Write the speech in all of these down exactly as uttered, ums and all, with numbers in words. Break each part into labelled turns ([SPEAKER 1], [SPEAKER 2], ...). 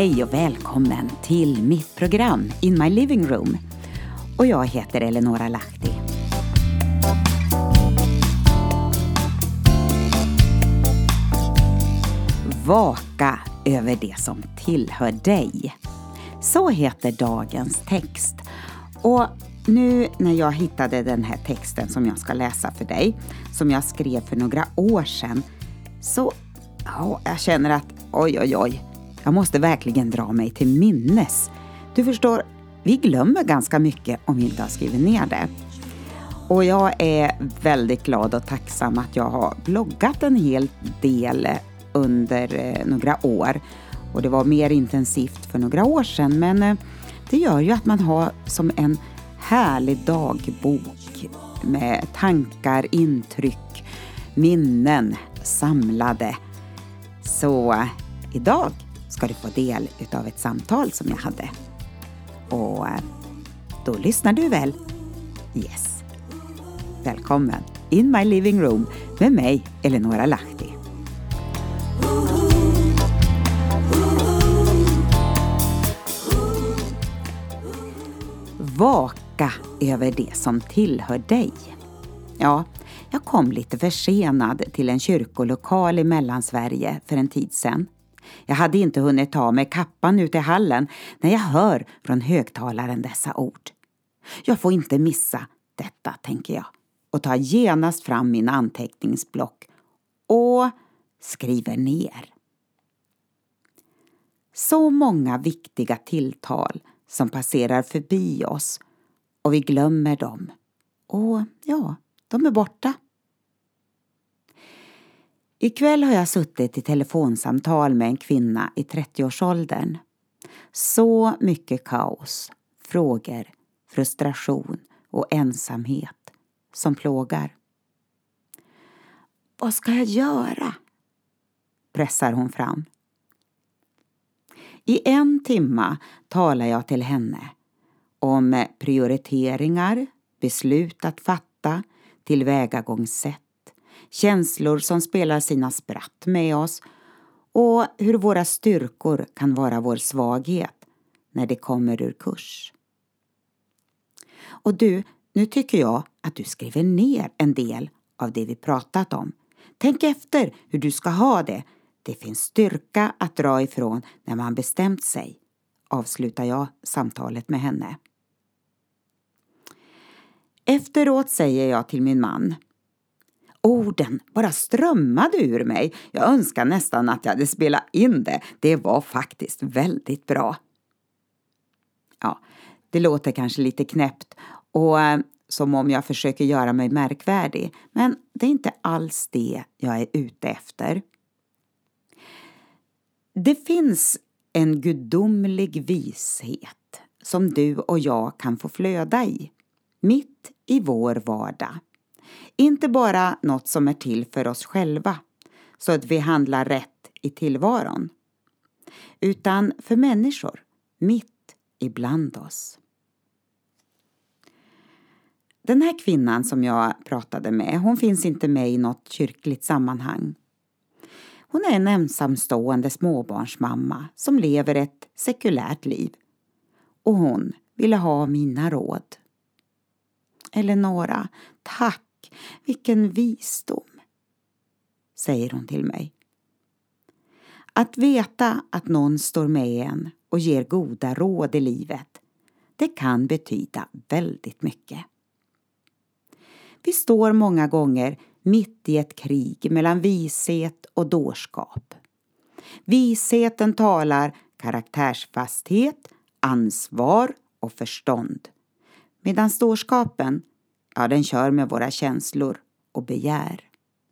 [SPEAKER 1] Hej och välkommen till mitt program In My Living Room. Och jag heter Eleonora Lahti. Vaka över det som tillhör dig. Så heter dagens text. Och nu när jag hittade den här texten som jag ska läsa för dig, som jag skrev för några år sedan, så ja, jag känner att oj oj oj, jag måste verkligen dra mig till minnes. Du förstår, vi glömmer ganska mycket om vi inte har skrivit ner det. Och jag är väldigt glad och tacksam att jag har bloggat en hel del under några år. Och det var mer intensivt för några år sedan, men det gör ju att man har som en härlig dagbok med tankar, intryck, minnen samlade. Så idag ska du få del av ett samtal som jag hade. Och då lyssnar du väl? Yes. Välkommen In My Living Room med mig, Eleonora Lahti. Vaka över det som tillhör dig. Ja, jag kom lite försenad till en kyrkolokal i Mellansverige för en tid sedan. Jag hade inte hunnit ta med kappan ut i hallen när jag hör från högtalaren dessa ord. Jag får inte missa detta, tänker jag, och tar genast fram min anteckningsblock och skriver ner. Så många viktiga tilltal som passerar förbi oss och vi glömmer dem. Och ja, de är borta. Ikväll har jag suttit i telefonsamtal med en kvinna i trettioårsåldern. Så mycket kaos, frågor, frustration och ensamhet som plågar. Vad ska jag göra? Pressar hon fram. I en timma talar jag till henne om prioriteringar, beslut att fatta, tillvägagångssätt, känslor som spelar sina spratt med oss och hur våra styrkor kan vara vår svaghet när det kommer ur kurs. Och du, nu tycker jag att du skriver ner en del av det vi pratat om. Tänk efter hur du ska ha det. Det finns styrka att dra ifrån när man bestämt sig, avslutar jag samtalet med henne. Efteråt säger jag till min man. Orden bara strömmade ur mig. Jag önskar nästan att jag hade spelat in det. Det var faktiskt väldigt bra. Ja, det låter kanske lite knäppt och som om jag försöker göra mig märkvärdig. Men det är inte alls det jag är ute efter. Det finns en gudomlig vishet som du och jag kan få flöda i, mitt i vår vardag. Inte bara något som är till för oss själva, så att vi handlar rätt i tillvaron, utan för människor mitt ibland oss. Den här kvinnan som jag pratade med, hon finns inte med i något kyrkligt sammanhang. Hon är en ensamstående småbarnsmamma som lever ett sekulärt liv. Och hon ville ha mina råd. Eleonora, tack, vilken visdom, säger hon till mig. Att veta att någon står med en och ger goda råd i livet, det kan betyda väldigt mycket. Vi står många gånger mitt i ett krig mellan vishet och dårskap. Visheten talar karaktärsfasthet, ansvar och förstånd. Medan dårskapen, ja, den kör med våra känslor och begär.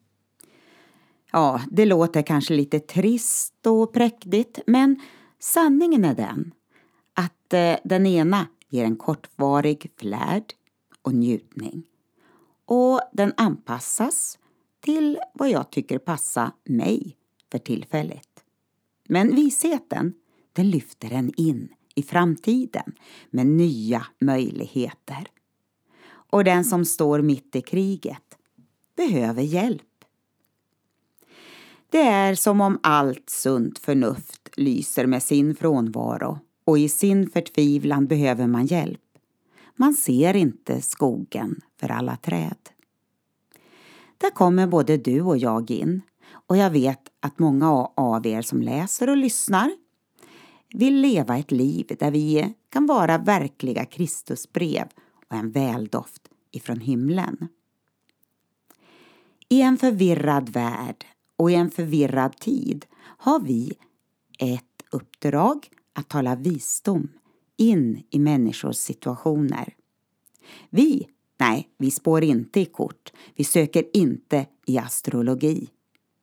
[SPEAKER 1] Ja, det låter kanske lite trist och präktigt, men sanningen är den att eh, den ena ger en kortvarig flärd och njutning. Och den anpassas till vad jag tycker passar mig för tillfället. Men visheten, den lyfter en in i framtiden med nya möjligheter. Och den som står mitt i kriget behöver hjälp. Det är som om allt sunt förnuft lyser med sin frånvaro och i sin förtvivlan behöver man hjälp. Man ser inte skogen för alla träd. Där kommer både du och jag in, och jag vet att många av er som läser och lyssnar vill leva ett liv där vi kan vara verkliga Kristusbrev och en väldoft ifrån himlen. I en förvirrad värld och i en förvirrad tid har vi ett uppdrag att tala visdom in i människors situationer. Vi, nej, vi spår inte i kort. Vi söker inte i astrologi.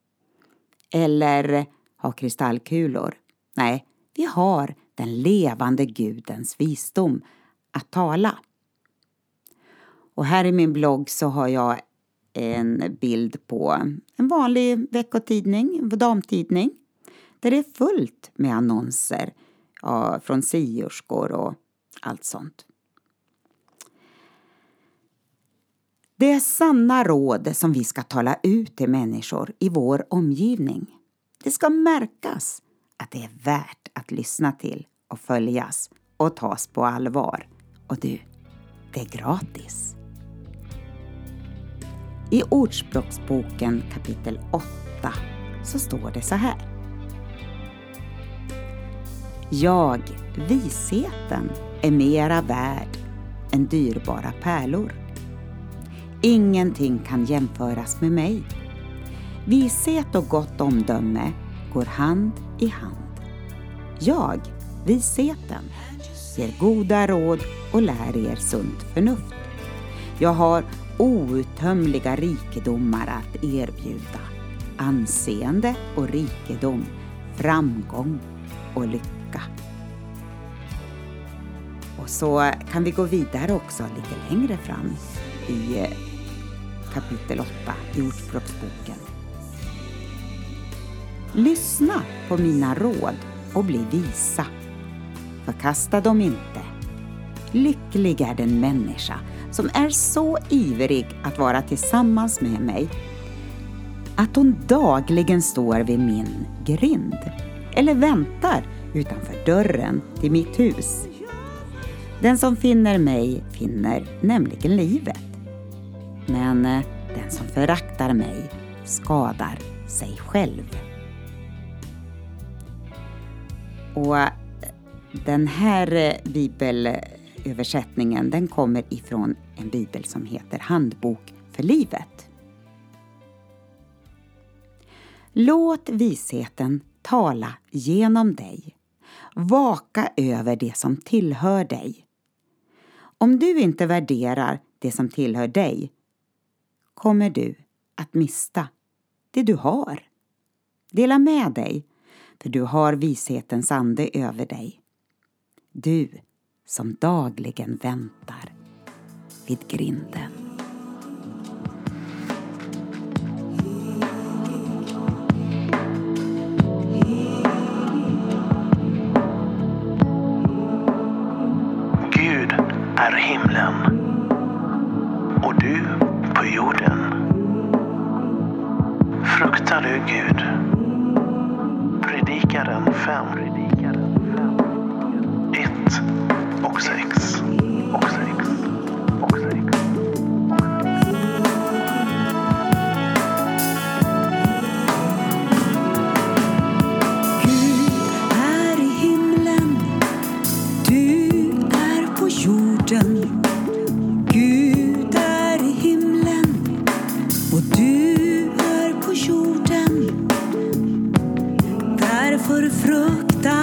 [SPEAKER 1] Eller har kristallkulor. Nej, vi har den levande Gudens visdom att tala. Och här i min blogg så har jag en bild på en vanlig veckotidning, en damtidning. Där det är fullt med annonser ja, från sierskor och allt sånt. Det är sanna råd som vi ska tala ut till människor i vår omgivning. Det ska märkas att det är värt att lyssna till och följas och tas på allvar. Och du, det är gratis. I Ordspråksboken kapitel åtta så står det så här. Jag, visheten, är mera värd än dyrbara pärlor. Ingenting kan jämföras med mig. Vishet och gott omdöme går hand i hand. Jag, visheten, ger goda råd och lär er sunt förnuft. Jag har outtömliga rikedomar att erbjuda. Anseende och rikedom, framgång och lycka. Och så kan vi gå vidare också lite längre fram i kapitel åtta i Ordspråksboken. Lyssna på mina råd och bli visa. Förkasta dem inte. Lycklig är den människa som är så ivrig att vara tillsammans med mig att hon dagligen står vid min grind eller väntar utanför dörren till mitt hus. Den som finner mig finner nämligen livet. Men den som föraktar mig skadar sig själv. Och den här bibelöversättningen den kommer ifrån en bibel som heter Handbok för livet. Låt visheten tala genom dig. Vaka över det som tillhör dig. Om du inte värderar det som tillhör dig kommer du att mista det du har. Dela med dig, för du har vishetens ande över dig. Du som dagligen väntar vid grinden.
[SPEAKER 2] Gud är himlen och du på jorden. Fruktar du Gud? Predikaren fem, ett och sex och sex och sex.
[SPEAKER 3] Gud är i himlen, du är på jorden. Gud är i himlen och du är på jorden. Därför frukta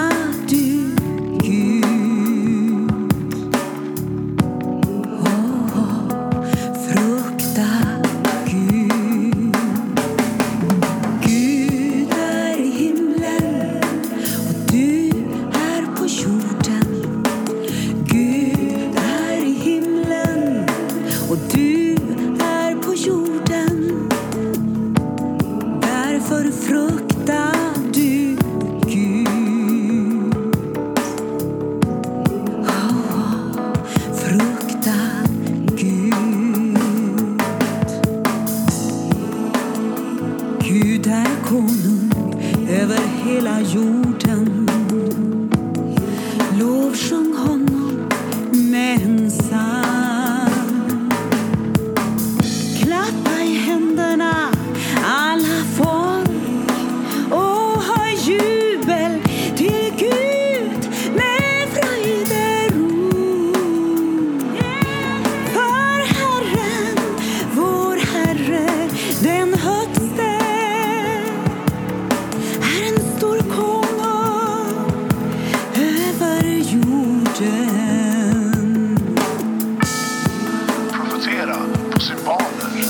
[SPEAKER 3] jorden.
[SPEAKER 2] Profetera på symboler.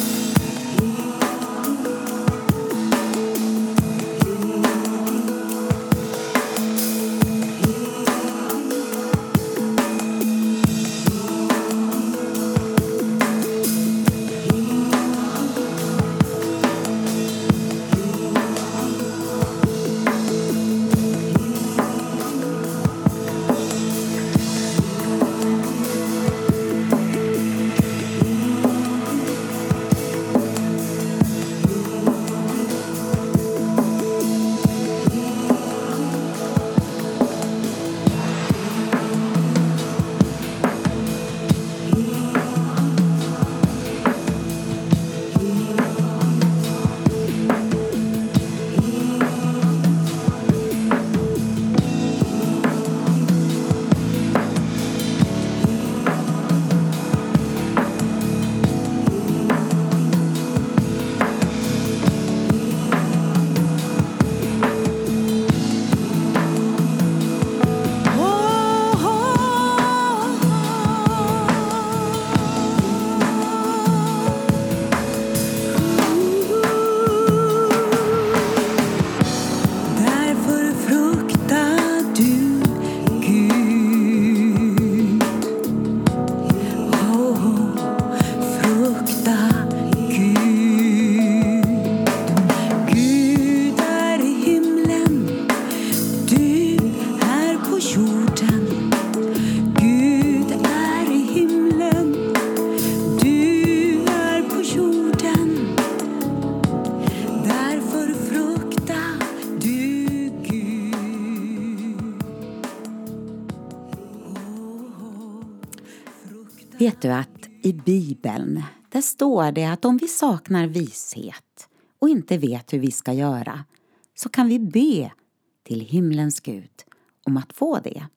[SPEAKER 1] Vet du att i Bibeln, där står det att om vi saknar vishet och inte vet hur vi ska göra, så kan vi be till himlens Gud om att få det.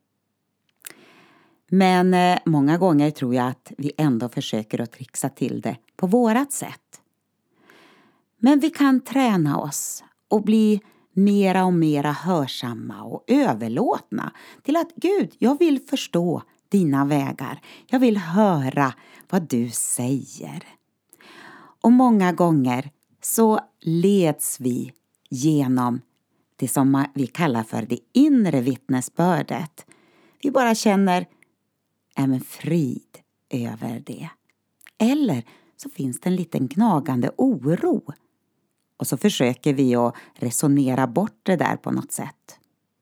[SPEAKER 1] Men eh, många gånger tror jag att vi ändå försöker att trixa till det på vårat sätt. Men vi kan träna oss och bli mera och mera hörsamma och överlåtna till att Gud, jag vill förstå dina vägar. Jag vill höra vad du säger. Och många gånger så leds vi genom det som vi kallar för det inre vittnesbördet. Vi bara känner en frid över det. Eller så finns det en liten gnagande oro. Och så försöker vi att resonera bort det där på något sätt.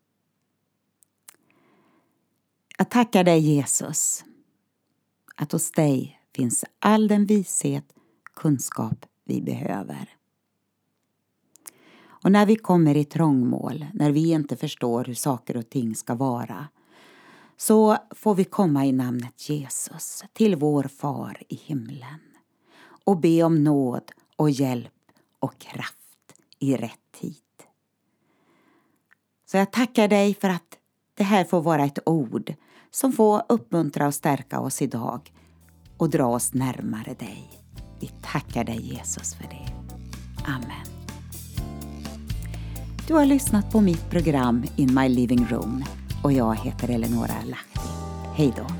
[SPEAKER 1] Jag tackar dig Jesus, att hos dig finns all den vishet, kunskap vi behöver. Och när vi kommer i trångmål, när vi inte förstår hur saker och ting ska vara, så får vi komma i namnet Jesus till vår far i himlen och be om nåd och hjälp och kraft i rätt tid. Så jag tackar dig för att det här får vara ett ord som får uppmuntra och stärka oss idag och dra oss närmare dig. Vi tackar dig Jesus för det. Amen. Du har lyssnat på mitt program In My Living Room och jag heter Eleonora Lahti. Hej då!